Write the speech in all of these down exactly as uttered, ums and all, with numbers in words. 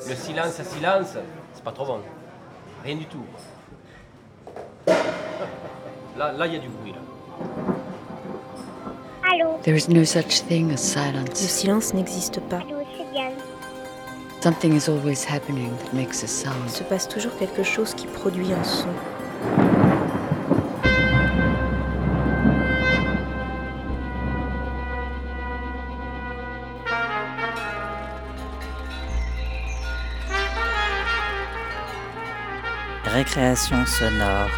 Le silence à silence, c'est pas trop bon. Rien du tout. Là, là, il y a du bruit, là. Allô? There is no such thing as Le silence. silence n'existe pas. Allô, c'est Diane. Something is always happening that makes a Il sound. se passe toujours quelque chose qui produit un son. Récréation sonore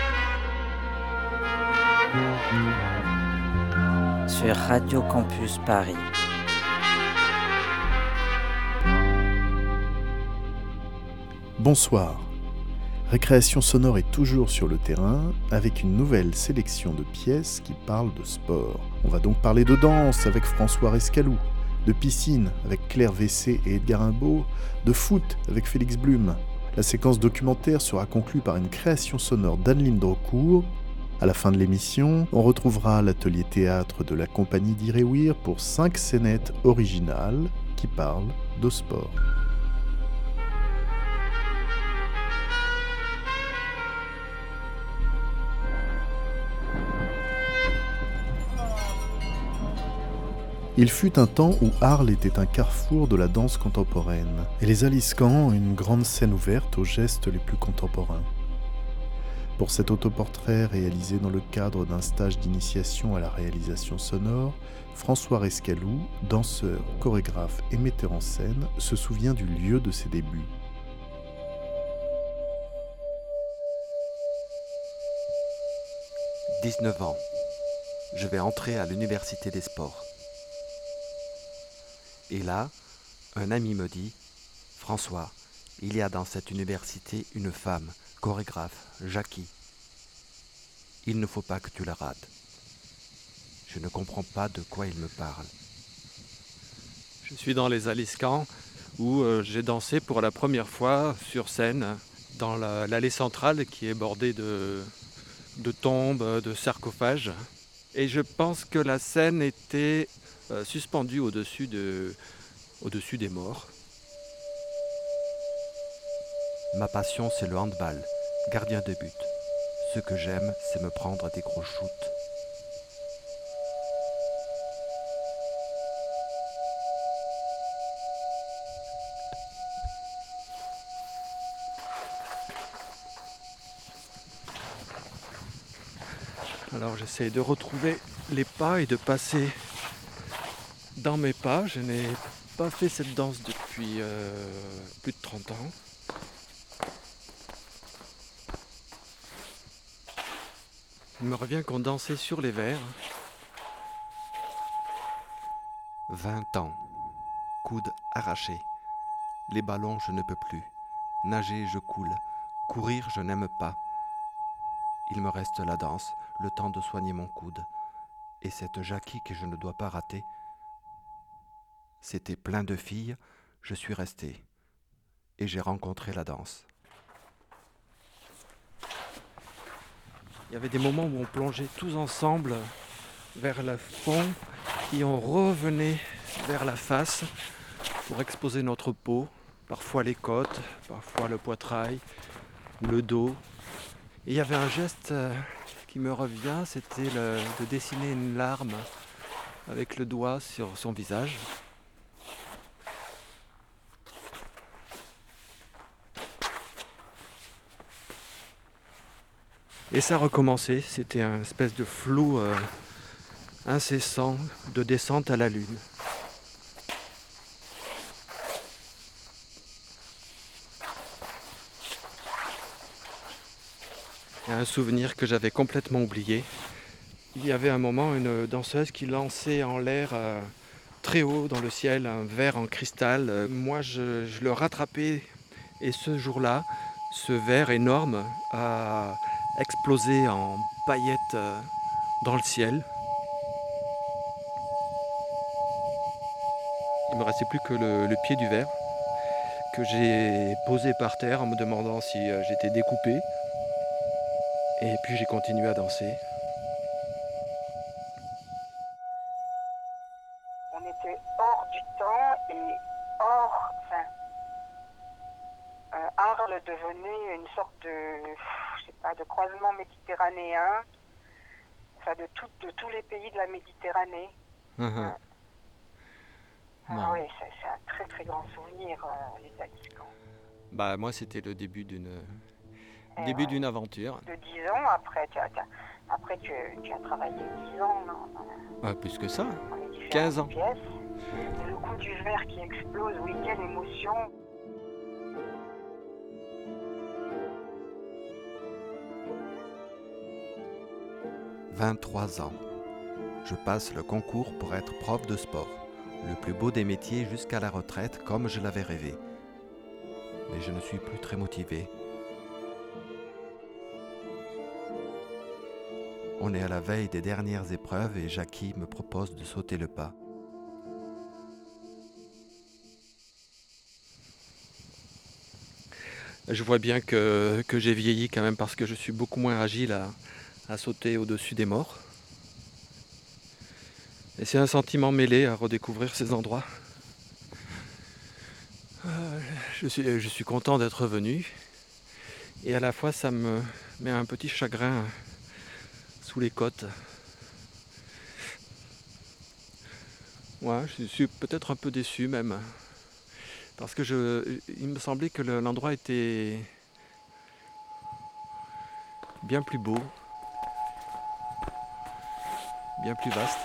sur Radio Campus Paris. Bonsoir. Récréation sonore est toujours sur le terrain avec une nouvelle sélection de pièces qui parlent de sport. On va donc parler de danse avec François Rescalou, de piscine avec Claire Vessé et Edgar Rimbaud, de foot avec Félix Blume. La séquence documentaire sera conclue par une création sonore d'Anne-Lyne Drocourt. À la fin de l'émission, on retrouvera l'atelier théâtre de la compagnie d'Iréouir pour cinq scénettes originales qui parlent de sport. Il fut un temps où Arles était un carrefour de la danse contemporaine, et les Aliscamps une grande scène ouverte aux gestes les plus contemporains. Pour cet autoportrait réalisé dans le cadre d'un stage d'initiation à la réalisation sonore, François Rescalou, danseur, chorégraphe et metteur en scène, se souvient du lieu de ses débuts. dix-neuf ans. Je vais entrer à l'université des sports. Et là, un ami me dit « François, il y a dans cette université une femme, chorégraphe, Jackie. Il ne faut pas que tu la rates. » Je ne comprends pas de quoi il me parle. Je suis dans les Aliscamps où euh, j'ai dansé pour la première fois sur scène dans la, l'allée centrale qui est bordée de, de tombes, de sarcophages. Et je pense que la scène était euh, suspendue au-dessus, de, au-dessus des morts. Ma passion, c'est le handball, gardien de but. Ce que j'aime, c'est me prendre des gros shoots. Alors j'essaie de retrouver les pas et de passer dans mes pas. Je n'ai pas fait cette danse depuis euh, plus de trente ans. Il me revient qu'on dansait sur les verres. vingt ans. Coude arraché. Les ballons, je ne peux plus. Nager, je coule. Courir, je n'aime pas. Il me reste la danse, le temps de soigner mon coude. Et cette Jackie que je ne dois pas rater. C'était plein de filles, je suis resté. Et j'ai rencontré la danse. Il y avait des moments où on plongeait tous ensemble vers le fond et on revenait vers la face pour exposer notre peau, parfois les côtes, parfois le poitrail, le dos. Et il y avait un geste qui me revient, c'était le, de dessiner une larme avec le doigt sur son visage. Et ça recommençait, c'était un espèce de flou euh, incessant de descente à la lune. Il y a un souvenir que j'avais complètement oublié. Il y avait un moment une danseuse qui lançait en l'air euh, très haut dans le ciel un verre en cristal. Euh, moi je, je le rattrapais et ce jour-là, ce verre énorme a explosé en paillettes euh, dans le ciel. Il ne me restait plus que le, le pied du verre que j'ai posé par terre en me demandant si euh, j'étais découpé. Et puis j'ai continué à danser. On était hors du temps et hors, enfin, Arles devenait une sorte de, je sais pas, de croisement méditerranéen, enfin de, tout, de tous les pays de la Méditerranée. Mmh. Ouais. Ah Bon. oui, c'est, c'est un très très grand souvenir, euh, les Balkans. Bah moi c'était le début d'une Et début ouais. d'une aventure. De dix ans, après tu as, tu as- après, tu, tu as travaillé dix ans dans, Ah, plus que ça. dans les différentes quinze ans. pièces. Et le coup du verre qui explose, oui, quelle émotion. vingt-trois ans. Je passe le concours pour être prof de sport. Le plus beau des métiers jusqu'à la retraite comme je l'avais rêvé. Mais je ne suis plus très motivé. On est à la veille des dernières épreuves et Jackie me propose de sauter le pas. Je vois bien que, que j'ai vieilli quand même parce que je suis beaucoup moins agile à, à sauter au-dessus des morts. Et c'est un sentiment mêlé à redécouvrir ces endroits. Euh, je suis, je suis content d'être venu et à la fois ça me met un petit chagrin sous les côtes. Ouais, je suis peut-être un peu déçu même. Parce que je, il me semblait que le, l'endroit était bien plus beau, bien plus vaste.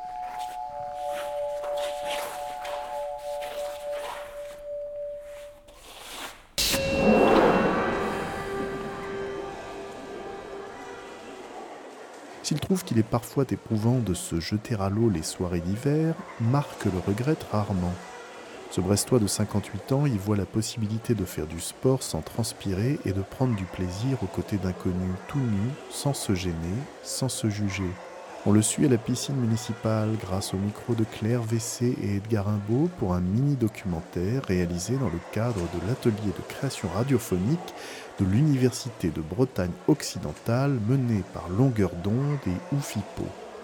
S'il trouve qu'il est parfois éprouvant de se jeter à l'eau les soirées d'hiver, Marc le regrette rarement. Ce Brestois de cinquante-huit ans y voit la possibilité de faire du sport sans transpirer et de prendre du plaisir aux côtés d'inconnus tout nus, sans se gêner, sans se juger. On le suit à la piscine municipale grâce au micro de Claire Vessé et Edgar Rimbaud pour un mini-documentaire réalisé dans le cadre de l'atelier de création radiophonique de l'Université de Bretagne occidentale mené par Longueur d'onde et Oufipo.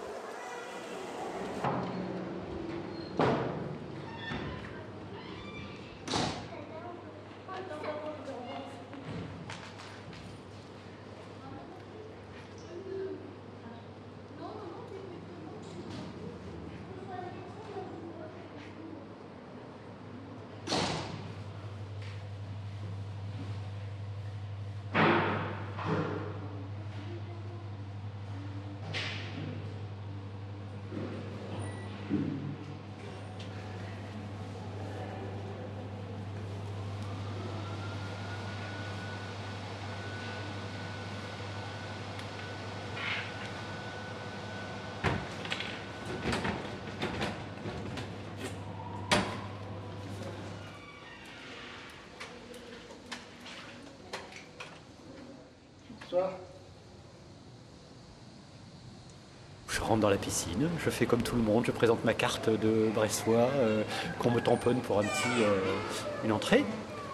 Je rentre dans la piscine, je fais comme tout le monde, je présente ma carte de Brestois, euh, qu'on me tamponne pour un petit, euh, une entrée.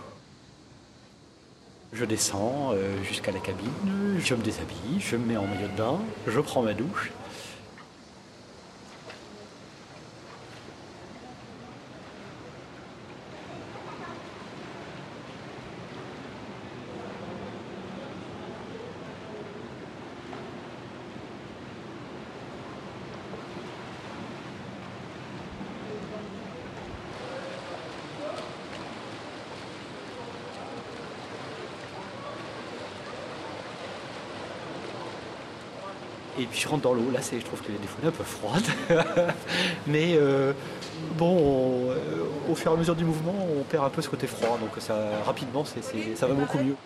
Je descends euh, jusqu'à la cabine, je me déshabille, je me mets en maillot de bain, je prends ma douche. Et puis je rentre dans l'eau, là c'est, je trouve que des fois elle est un peu froide. Mais euh, bon, on, euh, au fur et à mesure du mouvement, on perd un peu ce côté froid. Donc ça, rapidement, c'est, c'est, ça va beaucoup mieux.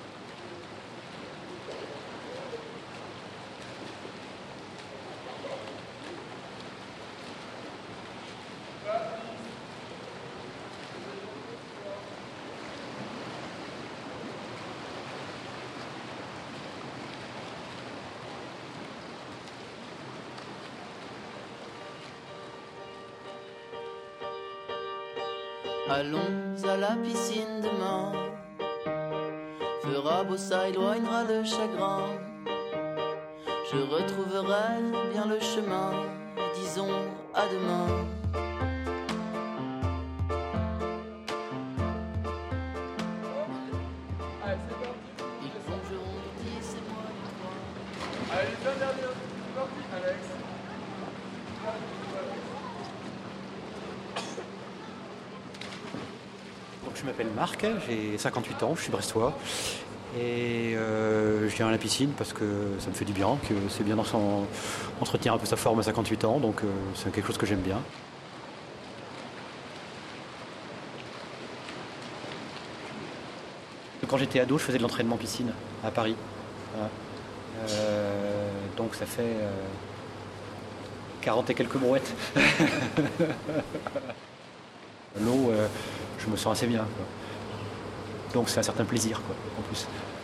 Allons à la piscine demain, fera beau, ça éloignera le chagrin. Je retrouverai bien le chemin, et disons à demain. Allez, viens derrière. C'est parti, Alex. Donc, je m'appelle Marc, j'ai cinquante-huit ans, je suis brestois. Et euh, je viens à la piscine parce que ça me fait du bien, que c'est bien d'entretenir un peu sa forme à cinquante-huit ans, donc euh, c'est quelque chose que j'aime bien. Quand j'étais ado, je faisais de l'entraînement piscine à Paris. Voilà. Euh, donc ça fait euh, quarante et quelques brouettes. L'eau, euh, je me sens assez bien, quoi. Donc c'est un certain plaisir, quoi, en plus.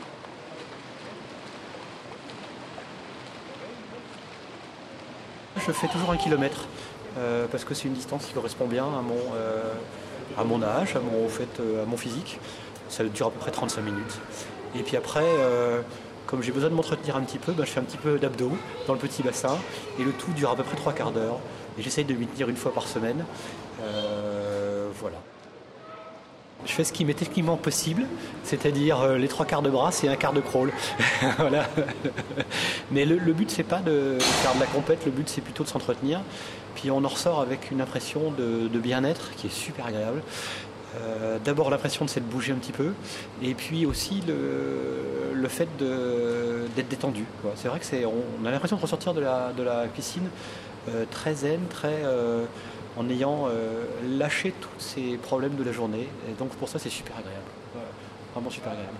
Je fais toujours un kilomètre, euh, parce que c'est une distance qui correspond bien à mon, euh, à mon âge, à mon, au fait, euh, à mon physique. Ça dure à peu près trente-cinq minutes. Et puis après, euh, comme j'ai besoin de m'entretenir un petit peu, ben, je fais un petit peu d'abdos dans le petit bassin, et le tout dure à peu près trois quarts d'heure. Et j'essaye de m'y tenir une fois par semaine. Euh, voilà. Je fais ce qui m'est techniquement possible, c'est-à-dire euh, les trois quarts de brasse et un quart de crawl. Voilà. Mais le, le but, c'est pas de faire de la compète, le but, c'est plutôt de s'entretenir. Puis on en ressort avec une impression de, de bien-être qui est super agréable. Euh, d'abord, l'impression, c'est de bouger un petit peu. Et puis aussi le, le fait de, d'être détendu, quoi. C'est vrai que c'est, on, on a l'impression de ressortir de la, de la piscine euh, très zen, très... Euh, en ayant euh, lâché tous ces problèmes de la journée. Et donc pour ça, c'est super agréable. Voilà. Vraiment super agréable.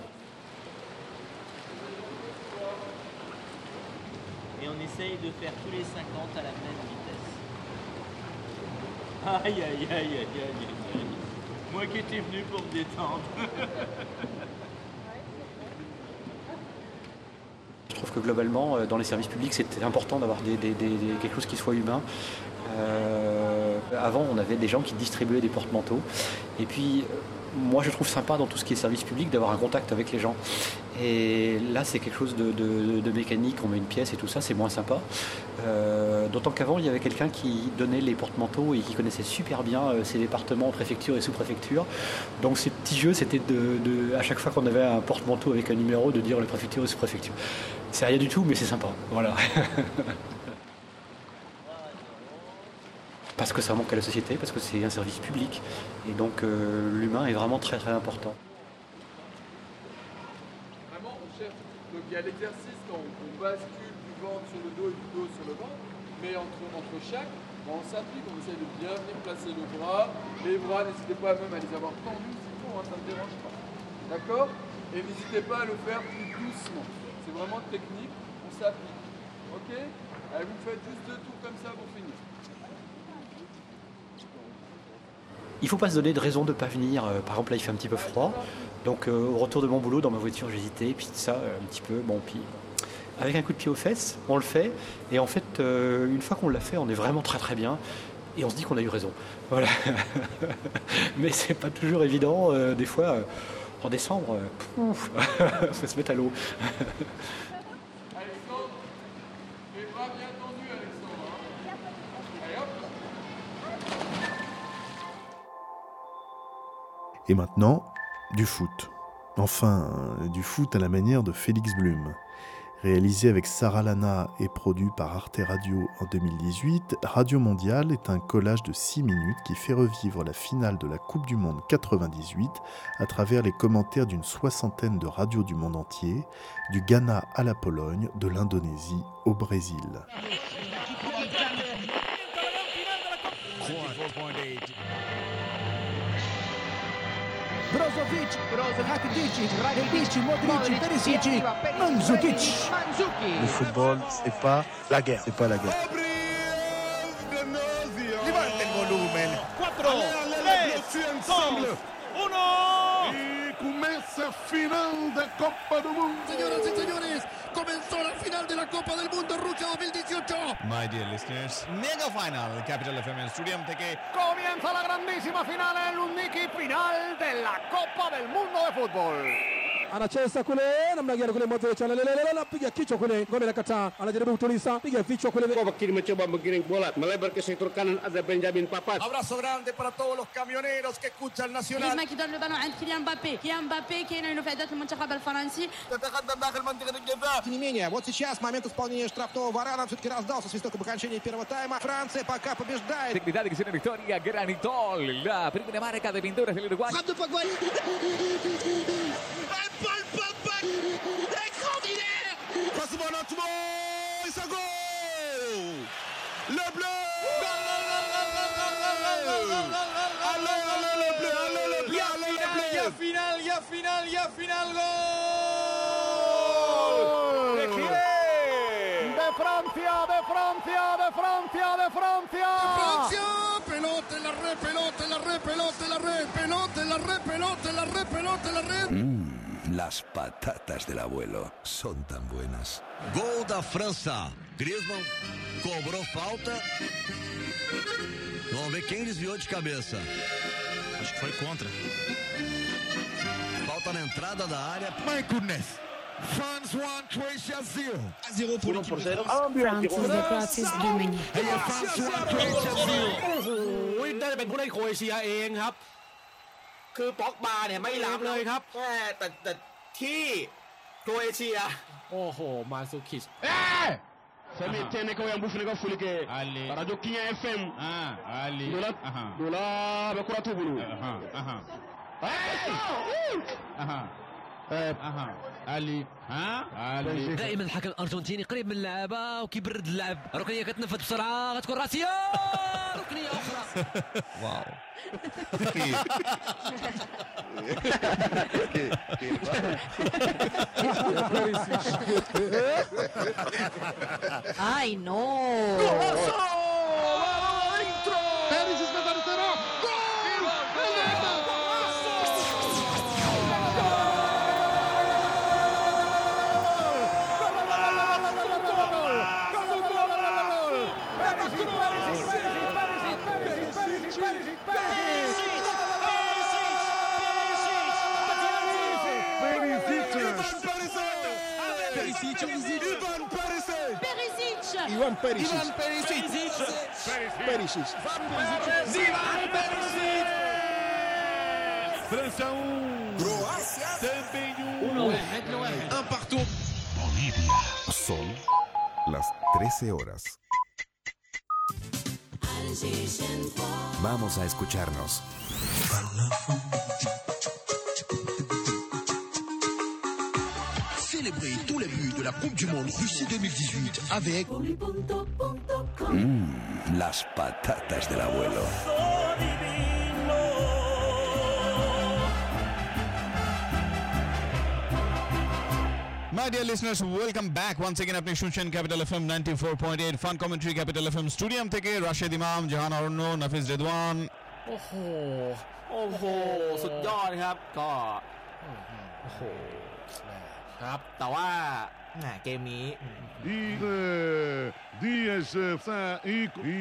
Et on essaye de faire tous les cinquante à la même vitesse. Aïe, aïe, aïe, aïe, aïe, aïe. Moi qui étais venu pour me détendre. Je trouve que globalement, dans les services publics, c'est important d'avoir des, des, des, des, quelque chose qui soit humain. Euh, avant, on avait des gens qui distribuaient des porte-manteaux. Et puis, moi, je trouve sympa dans tout ce qui est service public d'avoir un contact avec les gens. Et là, c'est quelque chose de, de, de mécanique. On met une pièce et tout ça, c'est moins sympa. Euh, d'autant qu'avant, il y avait quelqu'un qui donnait les porte-manteaux et qui connaissait super bien euh, ces départements, préfecture et sous-préfecture. Donc, ces petits jeux, c'était de, de, à chaque fois qu'on avait un porte-manteau avec un numéro, de dire les préfectures et sous-préfecture. C'est rien du tout, mais c'est sympa. Voilà. Parce que ça manque à la société, parce que c'est un service public. Et donc euh, l'humain est vraiment très très important. Vraiment, on cherche. Donc il y a l'exercice quand on bascule du ventre sur le dos et du dos sur le ventre. Mais entre, entre chaque, on s'applique, on essaie de bien venir placer le bras. Les bras, n'hésitez pas même à les avoir tendus s'il faut, hein, ça ne dérange pas. D'accord? Et n'hésitez pas à le faire plus doucement. C'est vraiment technique, on s'applique. Ok? Allez, vous faites juste deux tours comme ça pour finir. Il ne faut pas se donner de raison de ne pas venir. Par exemple, là, il fait un petit peu froid. Donc, euh, au retour de mon boulot, dans ma voiture, j'hésitais. Puis ça, un petit peu. Bon, puis avec un coup de pied aux fesses, on le fait. Et en fait, euh, une fois qu'on l'a fait, on est vraiment très très bien. Et on se dit qu'on a eu raison. Voilà. Mais c'est pas toujours évident. Euh, des fois, euh, en décembre, euh, pouf, faut se mettre à l'eau. Et maintenant, du foot. Enfin, du foot à la manière de Félix Blum. Réalisé avec Sarah Lana et produit par Arte Radio en deux mille dix-huit, Radio Mondiale est un collage de six minutes qui fait revivre la finale de la Coupe du Monde quatre-vingt-dix-huit à travers les commentaires d'une soixantaine de radios du monde entier, du Ghana à la Pologne, de l'Indonésie au Brésil. Brozovic, Rakitic, Rakitic, Modric, Perisic, Mandzukic. Le football, c'est pas la guerre. C'est pas la guerre. Levante el volumen. cuatro, tres, dos, uno. Y comienza final de Copa del Mundo. Señoras y señores, comenzó la final de la Copa del Mundo Rusia dos mil dieciocho. My dear listeners, Mega Final, Capital F M Studio থেকে comienza la grandísima final, el Lundiki final de la Copa del Mundo de fútbol. anacheza kule namna gani kule Modric anapiga kichwa kule, ngome nakataa, anajaribu kutuliza, piga vichwa kule. Kovac mencoba menggiring bola, melebar ke sektor kanan, ada Benjamin Pavard. Abrazo grande para todos los camioneros que escuchan Nacional. Griezmann qui donne le ballon à Kylian Mbappé. Kylian Mbappé qui est une فائدة المنتخب الفرنسي. تتقدم داخل منطقة الجزاء. Тем не менее, вот сейчас момент исполнения штрафного Варана все-таки раздался свисток об окончании первого тайма. Франция пока побеждает. Dignidad que tiene victoria, Granitol, la primera marca de pinturas del Uruguay. Extraordinaire. Passement lentement et ça goal. Le bleu. Allez, allez, le bleu, allez, le bleu, allez, le bleu. Ya final, ya final, ya final, gol. ¿De quién? De Francia, de Francia, de Francia, de Francia. Francia, pelota en la red, pelota en la red, pelota en la red, pelota en la red, pelota en la red, pelota en la red. Mm, las patatas del abuelo son tan buenas. Gol da França. Griezmann cobrou falta. Vamos ver quem desviou de cabeça. Acho que foi contra. Falta na entrada da área. My goodness. France one, Croatia zero. À zéro pour l'équipe de France. France the greatest Germany. France one, Croatia zero. โอ้ยน่าจะเป็นผู้เล่นโครเอเชียเองครับคือป็อกบาเนี่ยไม่ล้ำเลยครับแต่แต่แต่ที่โครเอเชียโอ้โหมาซูคิช Sami tene ko yambu fune ko fulike radio Kinya F M ah ali dola dola be kuratu bulu aha aha aha aha علي ها علي دائما الحكم الارجنتيني قريب من اللعبه وكيبرد اللعب. ركنيه كتنفذ بسرعه غتكون راسيه ركنيه اخرى. واو. Ay, no. Perisic desaparecerá. Ivan Perisic. Ivan Perisic. Perisic. Ivan Perisic. França um. Croácia também um. uno. Un partout. Bolivia. Son las trece horas. Vamos a escucharnos. Célébrez tous les buts de la Coupe du Monde Russie deux mille dix-huit avec Mm, las patatas del abuelo. My dear listeners, welcome back once again. अपने शुनशन कैपिटल एफएम ninety-four point eight फन कमेंट्री कैपिटल एफएम स्टूडियो থেকে রাশেদ ইমাম, জাহান অরণ্য, নাফিজ রেদওয়ান। โอ้โหโอ้โหสุดยอดครับก็โอ้โหครับแต่ว่าแหมเกมนี้ E eh, Dias está e e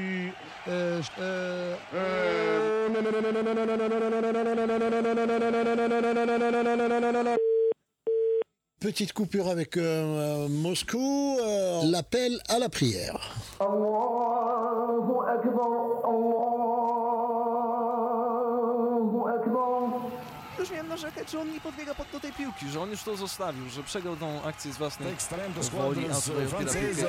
Petite coupure avec euh, Moscou, euh, l'appel à la prière. Już miałem narzekać, że on nie podbiega pod do tej piłki, że on już to zostawił, że przegrał tą akcję z własnej woli, a tutaj odbiera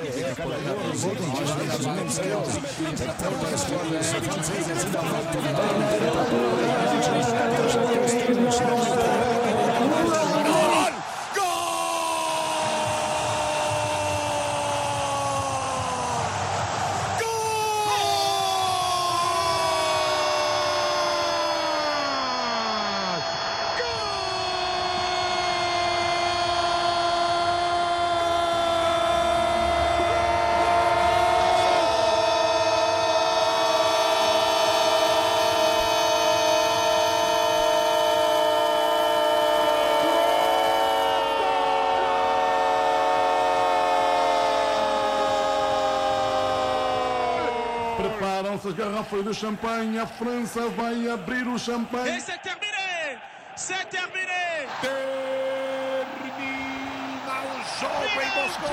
Preparam-se as garrafas de champanhe, a França vai abrir o champanhe. Et c'est terminé! C'est terminé! Terminé! show, Great Moscow!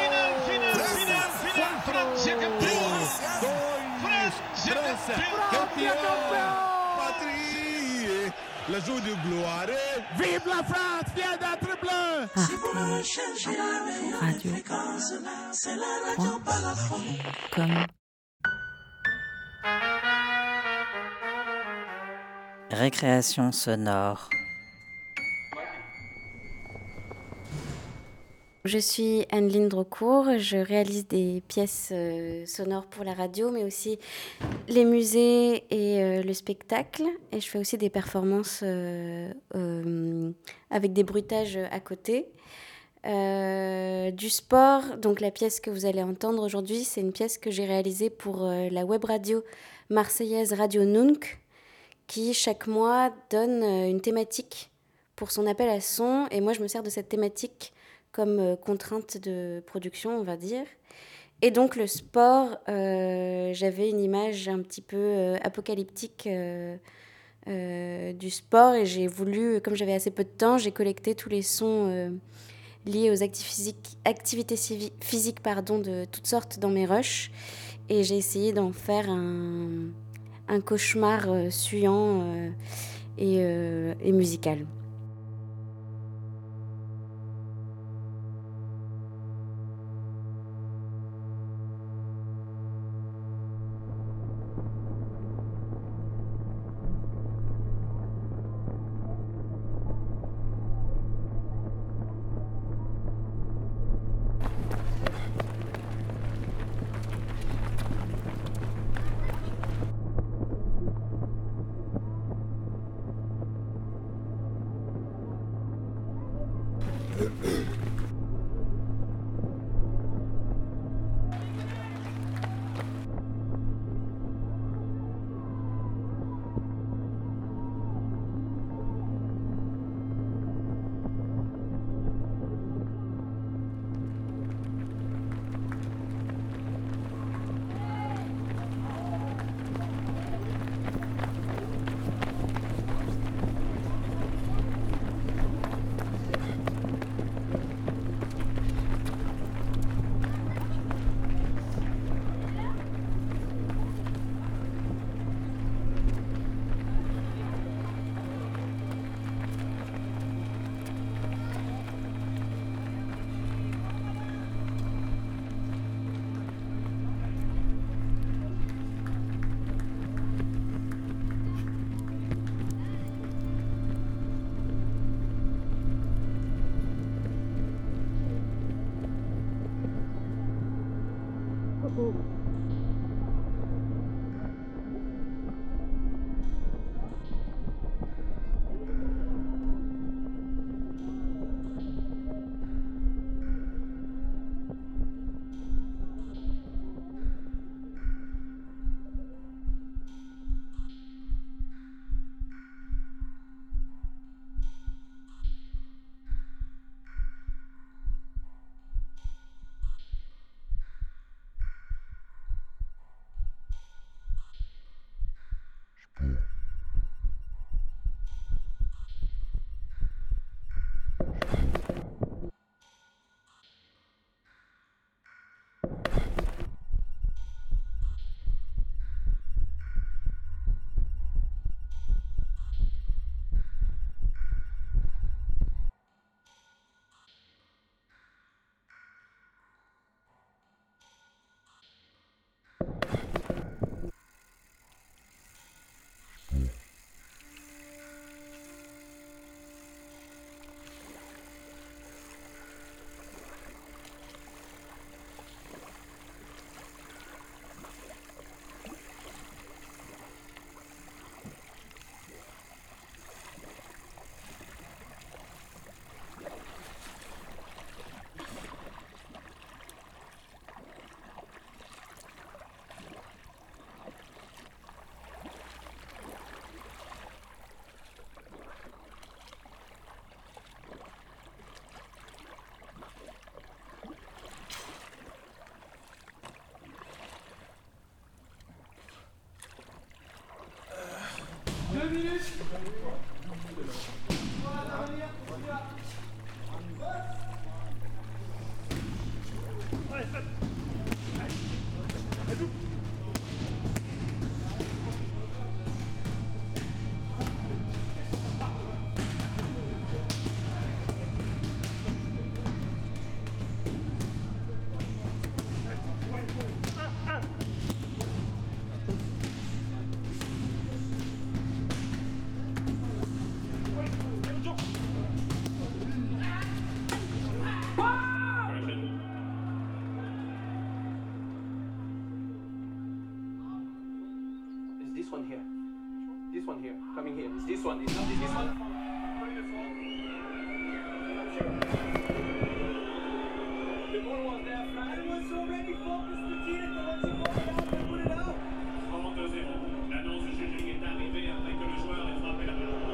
Francia campeón! Francia campeón! Patrie! La joue de gloire! Vive la France, viens d'être bleu! Radio. Comme. Récréation sonore. Je suis Anne-Lyne Drocourt, je réalise des pièces euh, sonores pour la radio, mais aussi les musées et euh, le spectacle. Et je fais aussi des performances euh, euh, avec des bruitages à côté. Euh, du sport, donc la pièce que vous allez entendre aujourd'hui, c'est une pièce que j'ai réalisée pour euh, la web radio marseillaise Radio Nunc, qui chaque mois donne euh, une thématique pour son appel à son. Et moi, je me sers de cette thématique comme euh, contrainte de production, on va dire. Et donc le sport, euh, j'avais une image un petit peu euh, apocalyptique euh, euh, du sport, et j'ai voulu, comme j'avais assez peu de temps, j'ai collecté tous les sons euh, liés aux acti- physiques, activités civi- physiques pardon, de toutes sortes dans mes rushs, et j'ai essayé d'en faire un, un cauchemar euh, suant euh, et, euh, et musical. Deux minutes. one here. Coming here. It's this one. It's not this one. The ball was there, flat. It was already focused to Tina. Let's go it out and put it out. trente à zéro. L'annonce du jury est arrivée après que le joueur ait frappé la balle.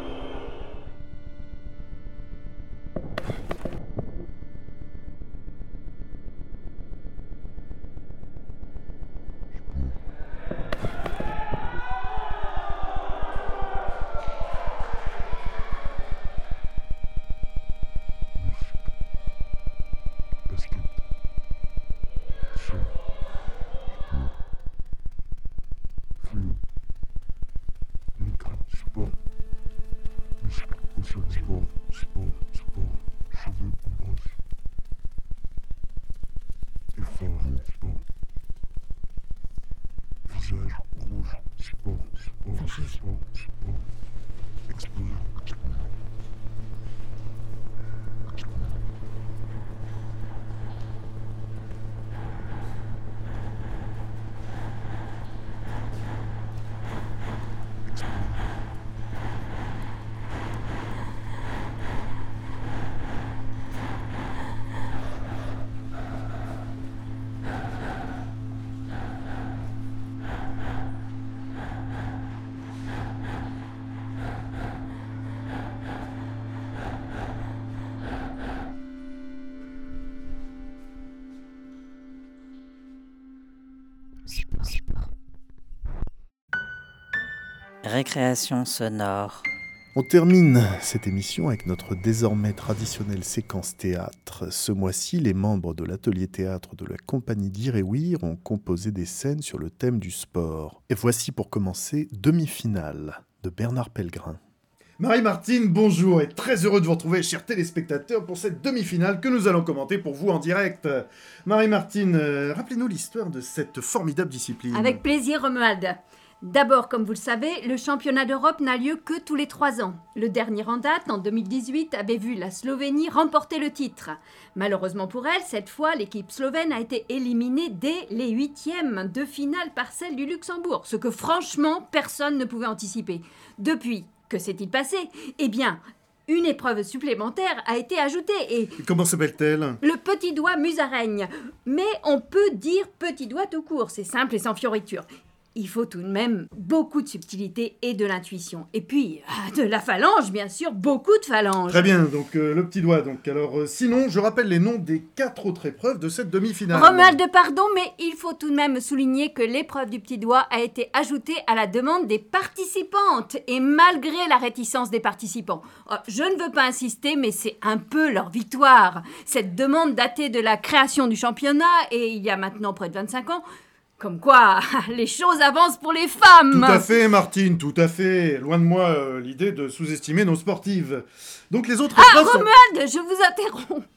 Récréation sonore. On termine cette émission avec notre désormais traditionnelle séquence théâtre. Ce mois-ci, les membres de l'atelier théâtre de la compagnie d'Iréouir ont composé des scènes sur le thème du sport. Et voici pour commencer Demi-finale de Bernard Pellegrin. Marie-Martine, bonjour et très heureux de vous retrouver, chers téléspectateurs, pour cette demi-finale que nous allons commenter pour vous en direct. Marie-Martine, euh, rappelez-nous l'histoire de cette formidable discipline. Avec plaisir, Romuald. D'abord, comme vous le savez, le championnat d'Europe n'a lieu que tous les trois ans. Le dernier en date, en deux mille dix-huit, avait vu la Slovénie remporter le titre. Malheureusement pour elle, cette fois, l'équipe slovène a été éliminée dès les huitièmes de finale par celle du Luxembourg, ce que franchement, personne ne pouvait anticiper. Depuis, que s'est-il passé ? Eh bien, une épreuve supplémentaire a été ajoutée et... et comment s'appelle-t-elle ? Le petit doigt musaraigne. Mais on peut dire petit doigt tout court, c'est simple et sans fioriture. Il faut tout de même beaucoup de subtilité et de l'intuition. Et puis, de la phalange, bien sûr, beaucoup de phalange. Très bien, donc euh, le petit doigt. Donc, alors, euh, sinon, je rappelle les noms des quatre autres épreuves de cette demi-finale. Romuald, pardon, mais il faut tout de même souligner que l'épreuve du petit doigt a été ajoutée à la demande des participantes, et malgré la réticence des participants. Oh, je ne veux pas insister, mais c'est un peu leur victoire. Cette demande datait de la création du championnat, et il y a maintenant près de vingt-cinq ans... Comme quoi, les choses avancent pour les femmes. Tout à fait, Martine, tout à fait. Loin de moi euh, l'idée de sous-estimer nos sportives. Donc les autres... Ah, Romuald, sont... je vous interromps.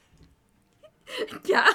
Car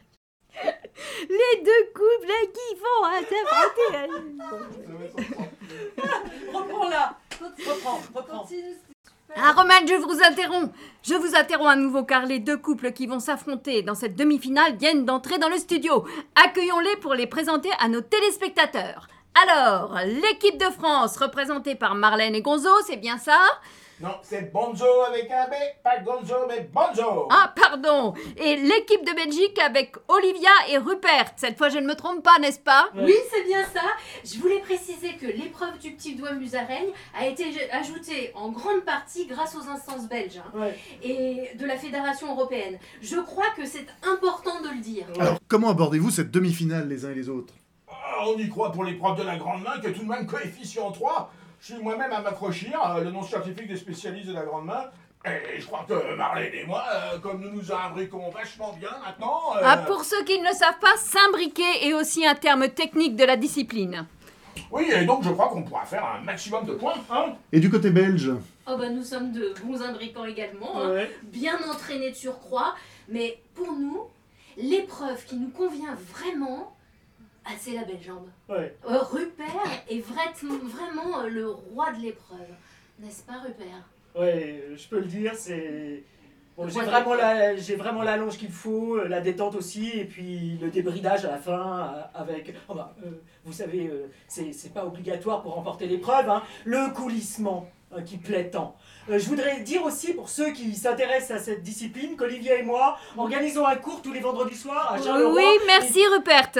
les deux couples qui vont s'affronter... Reprends-la. Reprends, reprends. Ah, Romuald, je vous interromps. Je vous interromps à nouveau car les deux couples qui vont s'affronter dans cette demi-finale viennent d'entrer dans le studio. Accueillons-les pour les présenter à nos téléspectateurs. Alors, l'équipe de France, représentée par Marlène et Gonzo, c'est bien ça ? Non, c'est Bonzo avec un B, pas Gonzo, mais Bonzo. Ah, pardon. Et l'équipe de Belgique avec Olivia et Rupert. Cette fois, je ne me trompe pas, n'est-ce pas ? Oui, c'est bien ça. Je voulais préciser que l'épreuve du petit doigt musaraigne a été ajoutée en grande partie grâce aux instances belges hein, ouais. et de la Fédération européenne. Je crois que c'est important de le dire. Alors, comment abordez-vous cette demi-finale les uns et les autres ? ah, On y croit pour l'épreuve de la grande main qui est tout de même coefficient trois. Je suis moi-même à m'accrochir, euh, le nom scientifique des spécialistes de la grande main. Et je crois que Marlène et moi, euh, comme nous nous imbriquons vachement bien maintenant... Euh... Ah, pour ceux qui ne le savent pas, s'imbriquer est aussi un terme technique de la discipline. Oui, et donc je crois qu'on pourra faire un maximum de points, hein. Et du côté belge ? Oh bah nous sommes de bons imbriquants également, ouais. hein, bien entraînés de surcroît. Mais pour nous, l'épreuve qui nous convient vraiment... Ah, c'est la belle jambe. Ouais. Euh, Rupert est vraiment, vraiment le roi de l'épreuve. N'est-ce pas, Rupert ? Ouais, je peux le dire, c'est... Bon, j'ai vraiment la, j'ai vraiment la longe qu'il faut, euh, la détente aussi, et puis le débridage à la fin euh, avec. Oh bah, euh, vous savez, euh, c'est, c'est pas obligatoire pour remporter l'épreuve, hein, le coulissement euh, qui plaît tant. Euh, je voudrais dire aussi pour ceux qui s'intéressent à cette discipline qu'Olivier et moi organisons un cours tous les vendredis soirs à Charleroi. Oui, merci et... Rupert.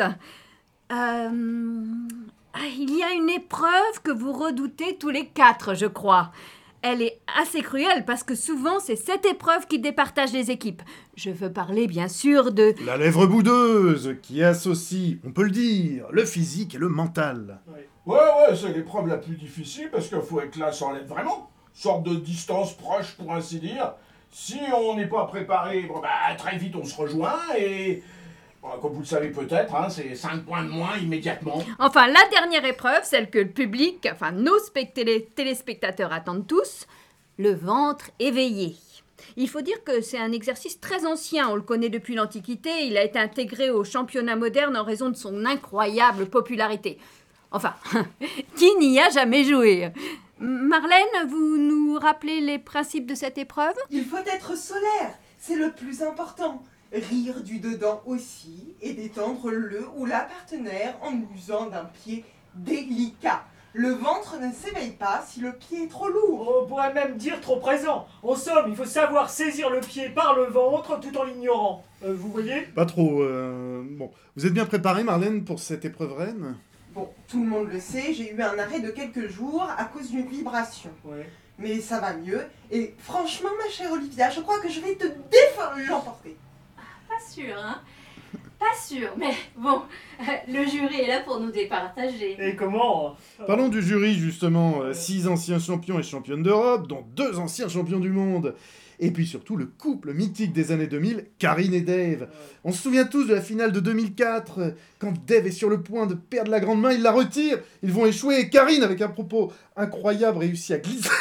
Euh, il y a une épreuve que vous redoutez tous les quatre, je crois. Elle est assez cruelle parce que souvent c'est cette épreuve qui départage les équipes. Je veux parler bien sûr de... La lèvre boudeuse qui associe, on peut le dire, le physique et le mental. Ouais, ouais, c'est l'épreuve la plus difficile parce qu'il faut être là sans l'être vraiment. Sorte de distance proche pour ainsi dire. Si on n'est pas préparé, bon, bah, très vite on se rejoint et... Bon, comme vous le savez peut-être, hein, c'est cinq points de moins immédiatement. Enfin, la dernière épreuve, celle que le public, enfin nos spectélé- téléspectateurs attendent tous, le ventre éveillé. Il faut dire que c'est un exercice très ancien, on le connaît depuis l'Antiquité, il a été intégré au championnat moderne en raison de son incroyable popularité. Enfin, qui n'y a jamais joué ? Marlène, vous nous rappelez les principes de cette épreuve ? Il faut être solaire, c'est le plus important. Rire du dedans aussi et détendre le ou la partenaire en usant d'un pied délicat. Le ventre ne s'éveille pas si le pied est trop lourd. On pourrait même dire trop présent. En somme, il faut savoir saisir le pied par le ventre tout en l'ignorant. Euh, vous voyez ? Pas trop. Euh... Bon, vous êtes bien préparée, Marlène, pour cette épreuve reine ? Bon, tout le monde le sait, j'ai eu un arrêt de quelques jours à cause d'une vibration. Ouais. Mais ça va mieux. Et franchement, ma chère Olivia, je crois que je vais te défendre l'emporter. Pas sûr, hein. Pas sûr, mais bon, euh, le jury est là pour nous départager. Et comment ? Parlons du jury, justement. Euh, six anciens champions et championnes d'Europe, dont deux anciens champions du monde. Et puis surtout, le couple mythique des années deux mille, Karine et Dave. On se souvient tous de la finale de deux mille quatre. Quand Dave est sur le point de perdre la grande main, il la retire. Ils vont échouer et Karine, avec un propos incroyable, réussit à glisser...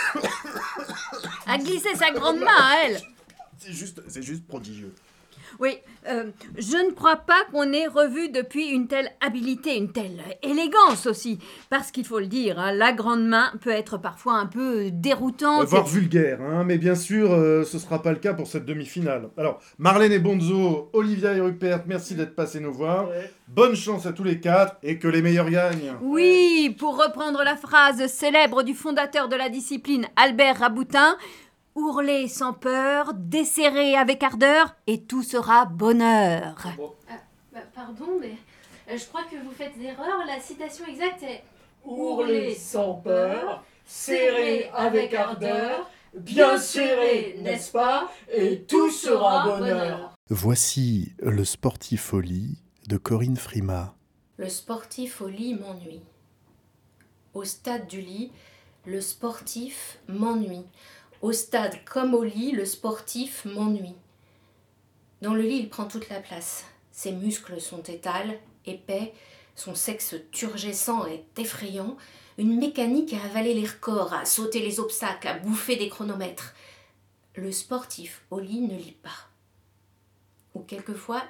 à glisser sa grande main à elle. C'est juste, c'est juste prodigieux. Oui, euh, je ne crois pas qu'on ait revu depuis une telle habileté, une telle élégance aussi. Parce qu'il faut le dire, hein, la grande main peut être parfois un peu déroutante. Voire vulgaire, hein, mais bien sûr, euh, ce ne sera pas le cas pour cette demi-finale. Alors, Marlène et Bonzo, Olivia et Rupert, merci d'être passés nous voir. Ouais. Bonne chance à tous les quatre et que les meilleurs gagnent. Oui, pour reprendre la phrase célèbre du fondateur de la discipline, Albert Raboutin... Ourler sans peur, desserrer avec ardeur, et tout sera bonheur. Bon. Ah, bah, pardon, mais euh, je crois que vous faites erreur. La citation exacte est Ourler sans peur, serrer avec ardeur, bien serré, n'est-ce pas, et tout sera bonheur. Voici le sportif au lit de Corinne Frima. Le sportif au lit m'ennuie. Au stade du lit, le sportif m'ennuie. Au stade comme au lit, le sportif m'ennuie. Dans le lit, il prend toute la place. Ses muscles sont étals, épais, son sexe turgescent est effrayant, une mécanique à avaler les records, à sauter les obstacles, à bouffer des chronomètres. Le sportif au lit ne lit pas. Ou quelquefois,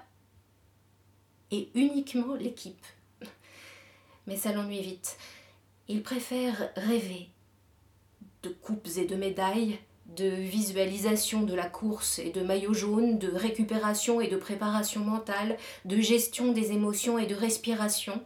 et uniquement l'équipe. Mais ça l'ennuie vite. Il préfère rêver de coupes et de médailles, de visualisation de la course et de maillot jaune, de récupération et de préparation mentale, de gestion des émotions et de respiration.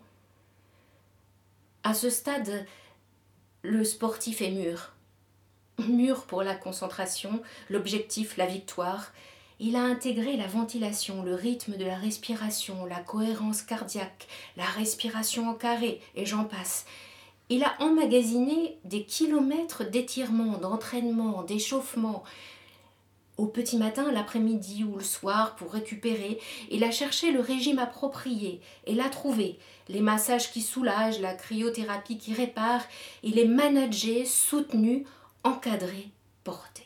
À ce stade, le sportif est mûr. Mûr pour la concentration, l'objectif, la victoire. Il a intégré la ventilation, le rythme de la respiration, la cohérence cardiaque, la respiration en carré, et j'en passe. Il a emmagasiné des kilomètres d'étirements, d'entraînement, d'échauffement. Au petit matin, l'après-midi ou le soir pour récupérer, il a cherché le régime approprié et l'a trouvé. Les massages qui soulagent, la cryothérapie qui répare, il est managé, soutenu, encadré, porté.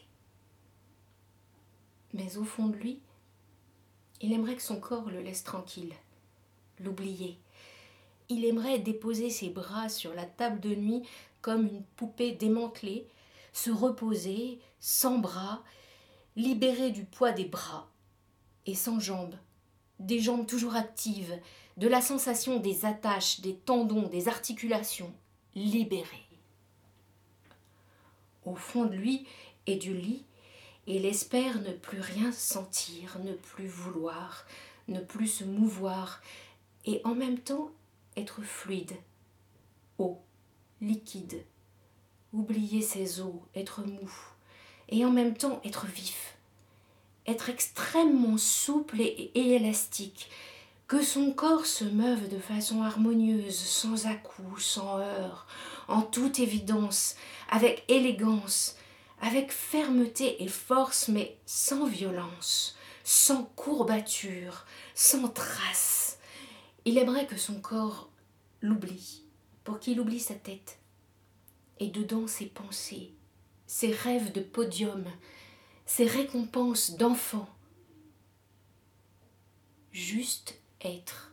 Mais au fond de lui, il aimerait que son corps le laisse tranquille, l'oublier. Il aimerait déposer ses bras sur la table de nuit comme une poupée démantelée, se reposer, sans bras, libéré du poids des bras et sans jambes, des jambes toujours actives, de la sensation des attaches, des tendons, des articulations, libéré. Au fond de lui et du lit, et il espère ne plus rien sentir, ne plus vouloir, ne plus se mouvoir, et en même temps être fluide, eau, liquide, oublier ses os, être mou, et en même temps être vif, être extrêmement souple et, et élastique, que son corps se meuve de façon harmonieuse, sans à-coups, sans heurts, en toute évidence, avec élégance, avec fermeté et force, mais sans violence, sans courbature, sans trace. Il aimerait que son corps l'oublie, pour qu'il oublie sa tête, et dedans ses pensées, ses rêves de podium, ses récompenses d'enfant. Juste être.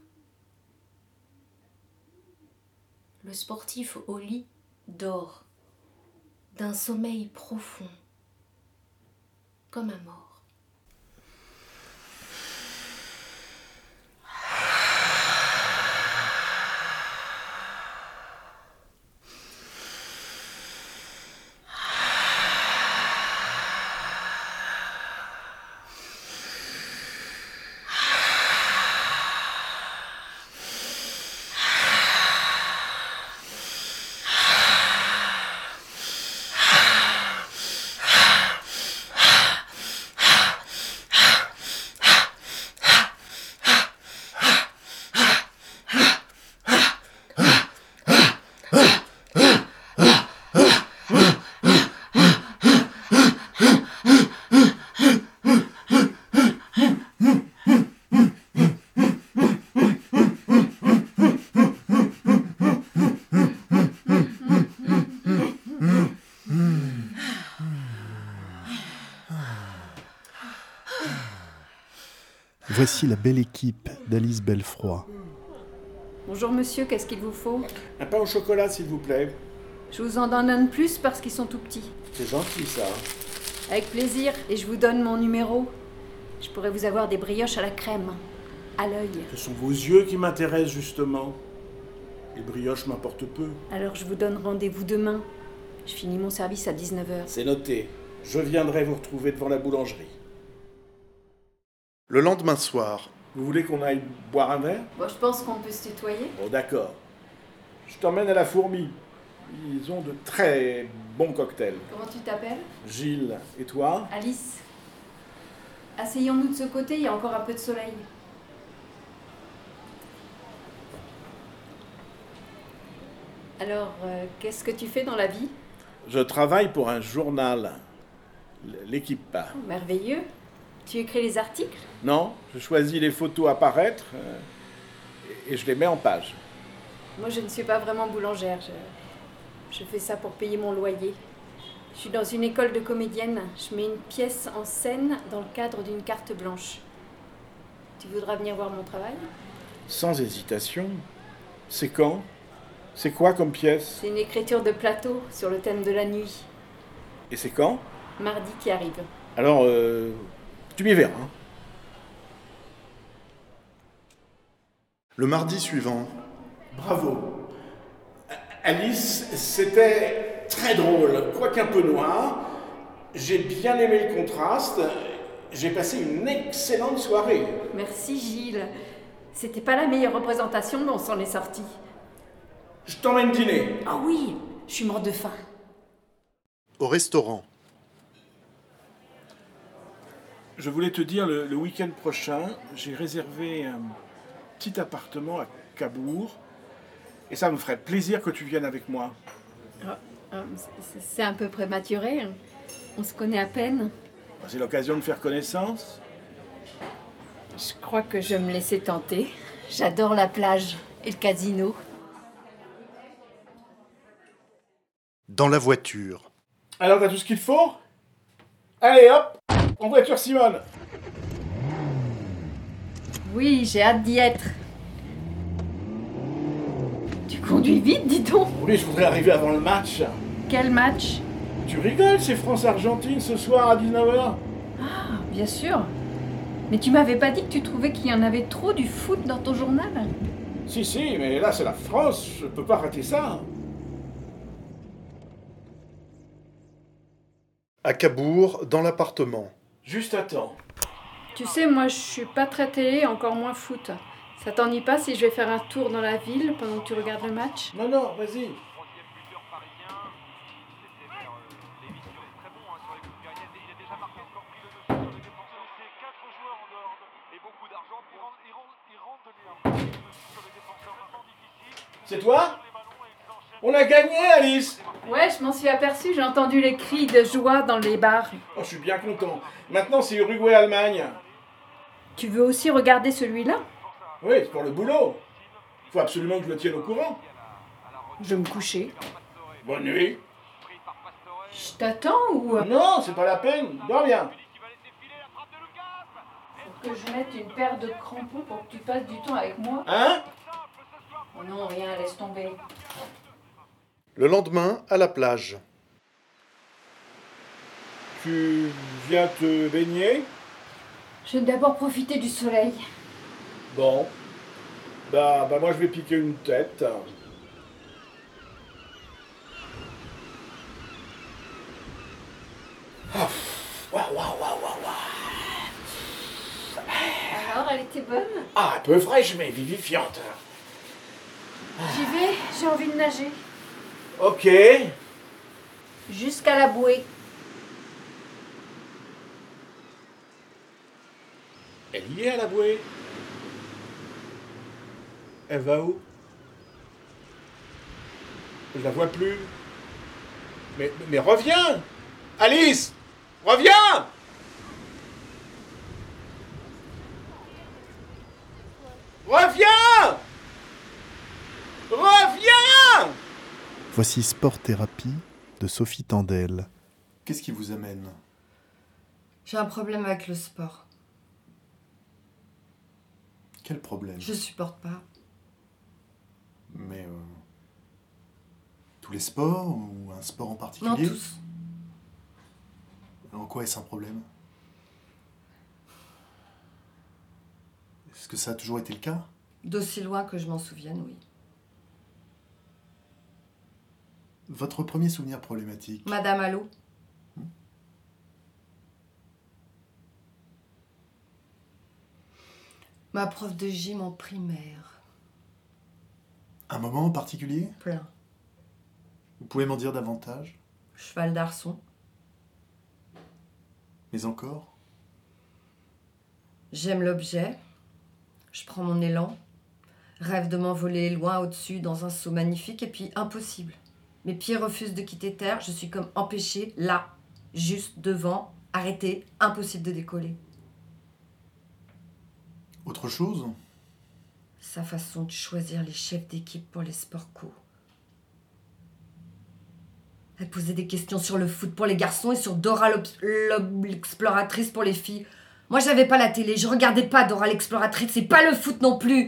Le sportif au lit dort d'un sommeil profond, comme un mort. Voici la belle équipe d'Alice Belfroy. Bonjour monsieur, qu'est-ce qu'il vous faut? Un pain au chocolat, s'il vous plaît. Je vous en donne un de plus parce qu'ils sont tout petits. C'est gentil, ça. Avec plaisir, et je vous donne mon numéro. Je pourrais vous avoir des brioches à la crème, à l'œil. Ce sont vos yeux qui m'intéressent, justement. Les brioches m'importent peu. Alors je vous donne rendez-vous demain. Je finis mon service à dix-neuf heures. C'est noté. Je viendrai vous retrouver devant la boulangerie. Le lendemain soir. Vous voulez qu'on aille boire un verre? Bon, je pense qu'on peut se tutoyer. Bon, d'accord. Je t'emmène à la Fourmi. Ils ont de très bons cocktails. Comment tu t'appelles? Gilles. Et toi? Alice. Asseyons-nous de ce côté, il y a encore un peu de soleil. Alors, euh, qu'est-ce que tu fais dans la vie? Je travaille pour un journal. L'équipe. Oh, merveilleux. Tu écris les articles? Non, je choisis les photos à paraître euh, et je les mets en page. Moi, je ne suis pas vraiment boulangère. Je, je fais ça pour payer mon loyer. Je suis dans une école de comédienne. Je mets une pièce en scène dans le cadre d'une carte blanche. Tu voudras venir voir mon travail? Sans hésitation. C'est quand? C'est quoi comme pièce? C'est une écriture de plateau sur le thème de la nuit. Et c'est quand? Mardi qui arrive. Alors, euh, tu m'y verras. Hein. Le mardi suivant. Bravo. Alice, c'était très drôle, quoique un peu noir. J'ai bien aimé le contraste. J'ai passé une excellente soirée. Merci Gilles. C'était pas la meilleure représentation, mais on s'en est sorti. Je t'emmène dîner. Ah oui, je suis morte de faim. Au restaurant. Je voulais te dire, le, le week-end prochain, j'ai réservé un petit appartement à Cabourg. Et ça me ferait plaisir que tu viennes avec moi. C'est un peu prématuré. On se connaît à peine. C'est l'occasion de faire connaissance. Je crois que je vais me laisser tenter. J'adore la plage et le casino. Dans la voiture. Alors, t'as tout ce qu'il faut? Allez, hop, en voiture, Simone. Oui, j'ai hâte d'y être. Tu conduis vite, dis donc. Oui, je voudrais arriver avant le match. Quel match? Tu rigoles, c'est France-Argentine ce soir à dix-neuf heures. Ah, bien sûr. Mais tu m'avais pas dit que tu trouvais qu'il y en avait trop du foot dans ton journal? Si, si, mais là, c'est la France, je peux pas rater ça. À Cabourg, dans l'appartement. Juste à temps. Tu sais, moi je suis pas très télé, encore moins foot. Ça t'ennuie pas si je vais faire un tour dans la ville pendant que tu regardes le match? Non, non, vas-y. C'est toi? On a gagné, Alice! Ouais, je m'en suis aperçue, j'ai entendu les cris de joie dans les bars. Oh, je suis bien content. Maintenant, c'est Uruguay-Allemagne. Tu veux aussi regarder celui-là? Oui, c'est pour le boulot. Faut absolument que je le tienne au courant. Je vais me coucher. Bonne nuit. Je t'attends ou... Non, c'est pas la peine. Dors bien. Faut que je mette une paire de crampons pour que tu passes du temps avec moi? Hein? Oh non, rien, laisse tomber. Le lendemain, à la plage. Tu viens te baigner? Je vais d'abord profiter du soleil. Bon. Bah, bah moi je vais piquer une tête. Ah, waouh, waouh, waouh, waouh. Alors, elle était bonne? Ah, un peu fraîche, mais vivifiante. J'y vais, j'ai envie de nager. Ok. Jusqu'à la bouée. Elle y est à la bouée. Elle va où? Je la vois plus. Mais, mais reviens! Alice! Reviens! Reviens! Reviens! Voici Sport Thérapie de Sophie Tandel. Qu'est-ce qui vous amène? J'ai un problème avec le sport. Quel problème? Je supporte pas. Mais... Euh, tous les sports ou un sport en particulier? Non, tous. En quoi est-ce un problème? Est-ce que ça a toujours été le cas? D'aussi loin que je m'en souvienne, oui. Votre premier souvenir problématique? Madame Allo. Hmm. Ma prof de gym en primaire. Un moment en particulier? Plein. Vous pouvez m'en dire davantage? Cheval d'arçon. Mais encore? J'aime l'objet. Je prends mon élan. Rêve de m'envoler loin au-dessus dans un saut magnifique et puis impossible. Mes pieds refusent de quitter terre. Je suis comme empêchée, là, juste devant, arrêtée, impossible de décoller. Autre chose? Sa façon de choisir les chefs d'équipe pour les sports co. Elle posait des questions sur le foot pour les garçons et sur Dora l'exploratrice pour les filles. Moi, j'avais pas la télé, je regardais pas Dora l'exploratrice, c'est pas le foot non plus.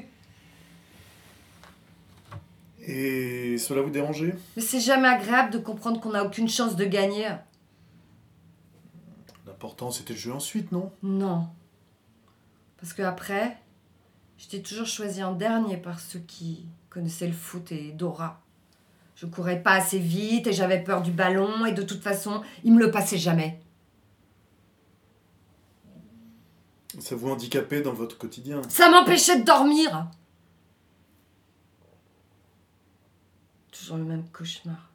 Et cela vous dérangeait? Mais c'est jamais agréable de comprendre qu'on n'a aucune chance de gagner. L'important, c'était le jeu ensuite, non? Non. Parce que après, j'étais toujours choisie en dernier par ceux qui connaissaient le foot et Dora. Je courais pas assez vite et j'avais peur du ballon et de toute façon, il me le passait jamais. Ça vous handicapait dans votre quotidien? Ça m'empêchait de dormir. Toujours le même cauchemar.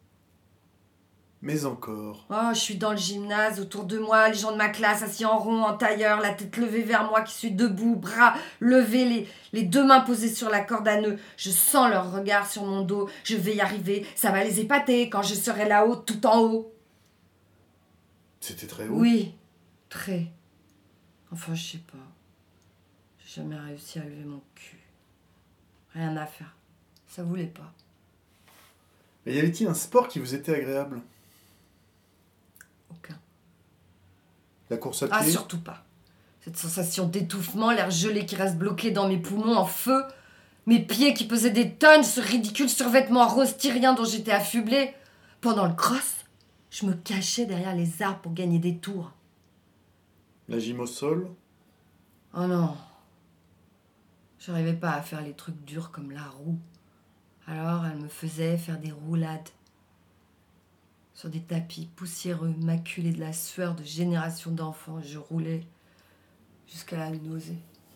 Mais encore. Oh, je suis dans le gymnase, autour de moi, les gens de ma classe assis en rond, en tailleur, la tête levée vers moi qui suis debout, bras levés, les, les deux mains posées sur la corde à nœuds. Je sens leur regard sur mon dos, je vais y arriver, ça va les épater quand je serai là-haut, tout en haut. C'était très haut? Oui, très. Enfin, je sais pas. J'ai jamais réussi à lever mon cul. Rien à faire. Ça voulait pas. Mais y avait-il un sport qui vous était agréable? Aucun. La course à pied? Ah, surtout pas. Cette sensation d'étouffement, l'air gelé qui reste bloqué dans mes poumons en feu, mes pieds qui pesaient des tonnes, ce ridicule survêtement rose tyrien dont j'étais affublée. Pendant le cross, je me cachais derrière les arbres pour gagner des tours. La gym au sol? Oh non. J'arrivais pas à faire les trucs durs comme la roue. Alors elle me faisait faire des roulades. Sur des tapis poussiéreux, maculés de la sueur de générations d'enfants, je roulais jusqu'à la nausée.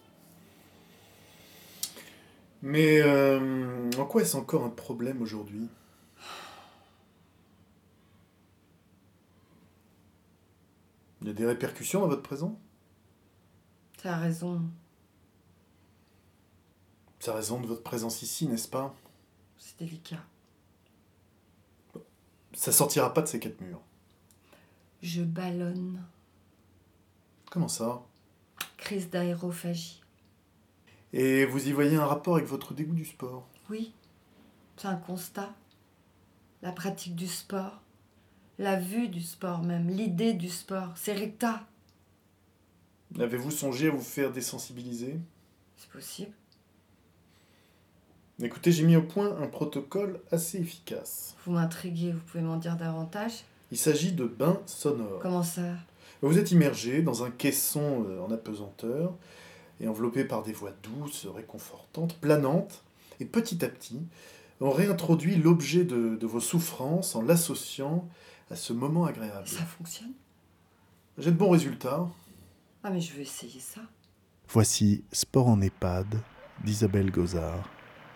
Mais euh, en quoi est-ce encore un problème aujourd'hui ? Il y a des répercussions dans votre présent ? T'as raison. C'est la raison de votre présence ici, n'est-ce pas ? C'est délicat. Ça sortira pas de ces quatre murs. Je ballonne. Comment ça ? Crise d'aérophagie. Et vous y voyez un rapport avec votre dégoût du sport ? Oui, c'est un constat. La pratique du sport, la vue du sport même, l'idée du sport, c'est recta. Avez-vous songé à vous faire désensibiliser ? C'est possible. Écoutez, j'ai mis au point un protocole assez efficace. Vous m'intriguez, vous pouvez m'en dire davantage ? Il s'agit de bains sonores. Comment ça ? Vous êtes immergé dans un caisson en apesanteur et enveloppé par des voix douces, réconfortantes, planantes, et petit à petit, on réintroduit l'objet de, de vos souffrances en l'associant à ce moment agréable. Ça fonctionne ? J'ai de bons résultats. Ah mais je veux essayer ça. Voici Sport en EHPAD d'Isabelle Gozard.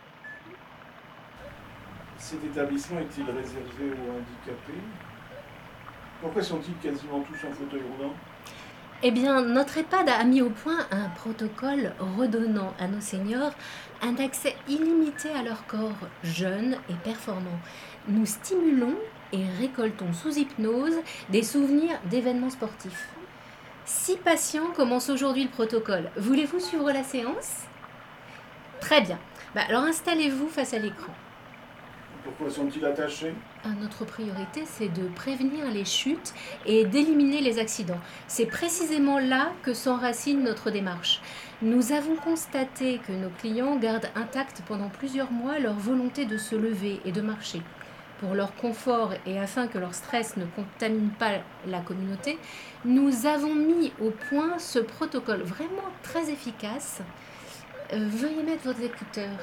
Cet établissement est-il réservé aux handicapés ? Pourquoi sont-ils quasiment tous en fauteuil roulant ? Eh bien, notre EHPAD a mis au point un protocole redonnant à nos seniors un accès illimité à leur corps jeune et performant. Nous stimulons et récoltons sous hypnose des souvenirs d'événements sportifs. Six patients commencent aujourd'hui le protocole. Voulez-vous suivre la séance ? Très bien. Bah, alors installez-vous face à l'écran. Pourquoi sont-ils attachés ? Notre priorité, c'est de prévenir les chutes et d'éliminer les accidents. C'est précisément là que s'enracine notre démarche. Nous avons constaté que nos clients gardent intacte pendant plusieurs mois leur volonté de se lever et de marcher. Pour leur confort et afin que leur stress ne contamine pas la communauté, nous avons mis au point ce protocole vraiment très efficace. Euh, veuillez mettre vos écouteurs.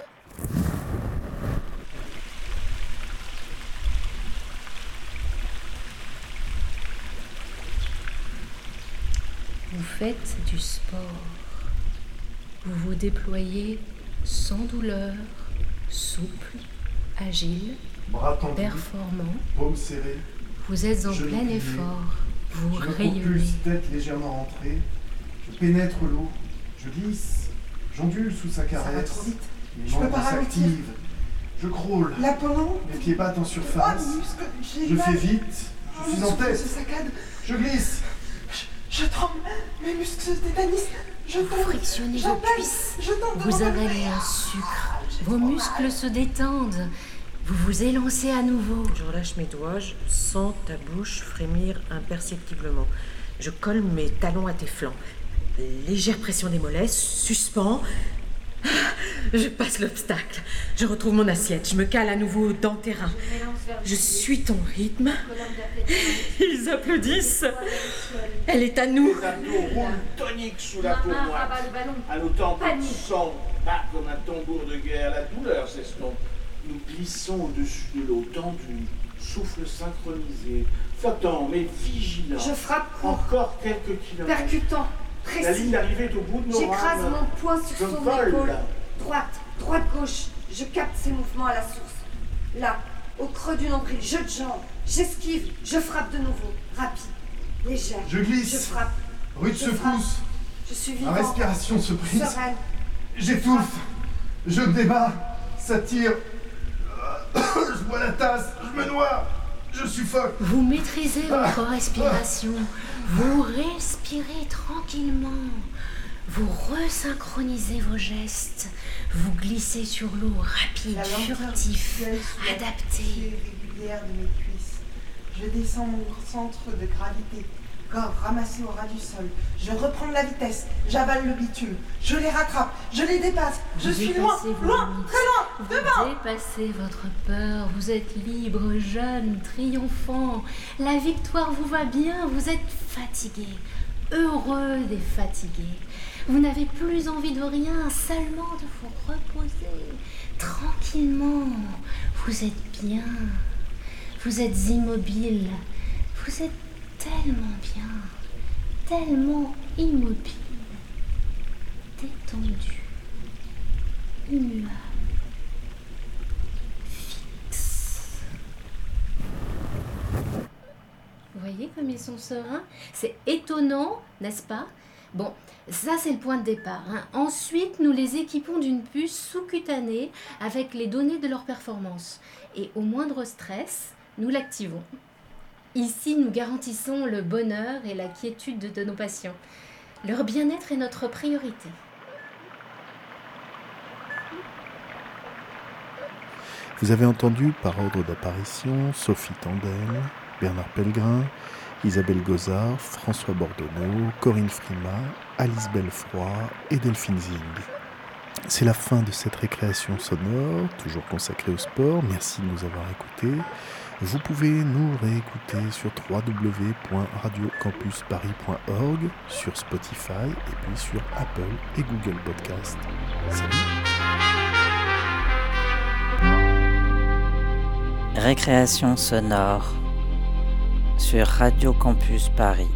Vous faites du sport. Vous vous déployez sans douleur, souple, agile, bras tendus, performant. paumes serrées. Vous êtes en genoux plein pliés. effort. Vous Je me rayonnez. propulse, tête légèrement rentrée. Je pénètre l'eau. Je glisse. J'ondule sous sa caresse. Ça va trop vite. Mes Je peux membres pas ralentir. s'activent. Je crawl. L'apollon. Mes pieds battent en surface. Oh, muscle, j'ai Je mal. fais vite. Oh, Je suis mon en souffle tête. se saccade. Je glisse. Je, je tremble. Mes muscles se tétanisent. Je tombe. Frictionnez vos J'appelle. cuisses. Je tente de Vous me avalez relever. un sucre. Vos muscles se détendent. Vous vous élancez à nouveau. Je relâche mes doigts, je sens ta bouche frémir imperceptiblement. Je colle mes talons à tes flancs. Légère pression des mollets, suspends. Je passe l'obstacle. Je retrouve mon assiette. Je me cale à nouveau dans le terrain. Je suis ton rythme. Ils applaudissent. Elle est à nous. Les abdos roulent toniques sous la peau moite. À nos tempes, le sang bat comme un tambour de guerre. La douleur s'estompe. Nous glissons au-dessus de l'eau tendue, souffle synchronisé, flottant mais vigilant. Je frappe court. Encore quelques kilomètres. Percutant, La ligne précis. d'arrivée est au bout de nos J'écrase rames. mon poing sur Je son vole. épaule. Droite, droite, gauche. Je capte ses mouvements à la source. Là, au creux du nombril, jeu de jambes. J'esquive, je frappe de nouveau. Rapide, légère. Je glisse. Je frappe. Rude Je secousse. frappe. Je suis Ma vivant. respiration se brise. Sereine. J'étouffe. Je me débat. Ça tire. Je bois la tasse. Je me noie. Je suffoque. Vous maîtrisez votre respiration. Vous respirez tranquillement. Vous resynchronisez vos gestes. Vous glissez sur l'eau rapide, La lenteur furtif, fluctueuse sous la adapté. poussée régulière de mes cuisses. Je descends mon centre de gravité, corps ramassé au ras du sol. Je reprends de la vitesse, j'avale le bitume. Je les rattrape, je les dépasse. Je Vous suis loin, dépassez vos loin, limites. très loin, devant. Vous dépassez votre peur, vous êtes libre, jeune, triomphant. La victoire vous va bien, vous êtes fatigué, heureux et fatigué. Vous n'avez plus envie de rien, seulement de vous reposer tranquillement. Vous êtes bien. Vous êtes immobile. Vous êtes tellement bien, tellement immobile, détendu, immuable, fixe. Vous voyez comme ils sont sereins? C'est étonnant, n'est-ce pas? Bon, ça c'est le point de départ. Hein. Ensuite, nous les équipons d'une puce sous-cutanée avec les données de leur performance. Et au moindre stress, nous l'activons. Ici, nous garantissons le bonheur et la quiétude de, de nos patients. Leur bien-être est notre priorité. Vous avez entendu, par ordre d'apparition, Sophie Tandel, Bernard Pellegrin, Isabelle Gozard, François Bordonneau, Corinne Frima, Alice Belfroy et Delphine Zing. C'est la fin de cette récréation sonore, toujours consacrée au sport. Merci de nous avoir écoutés. Vous pouvez nous réécouter sur w w w point radio campus paris point org, sur Spotify et puis sur Apple et Google Podcast. Salut! Récréation sonore sur Radio Campus Paris.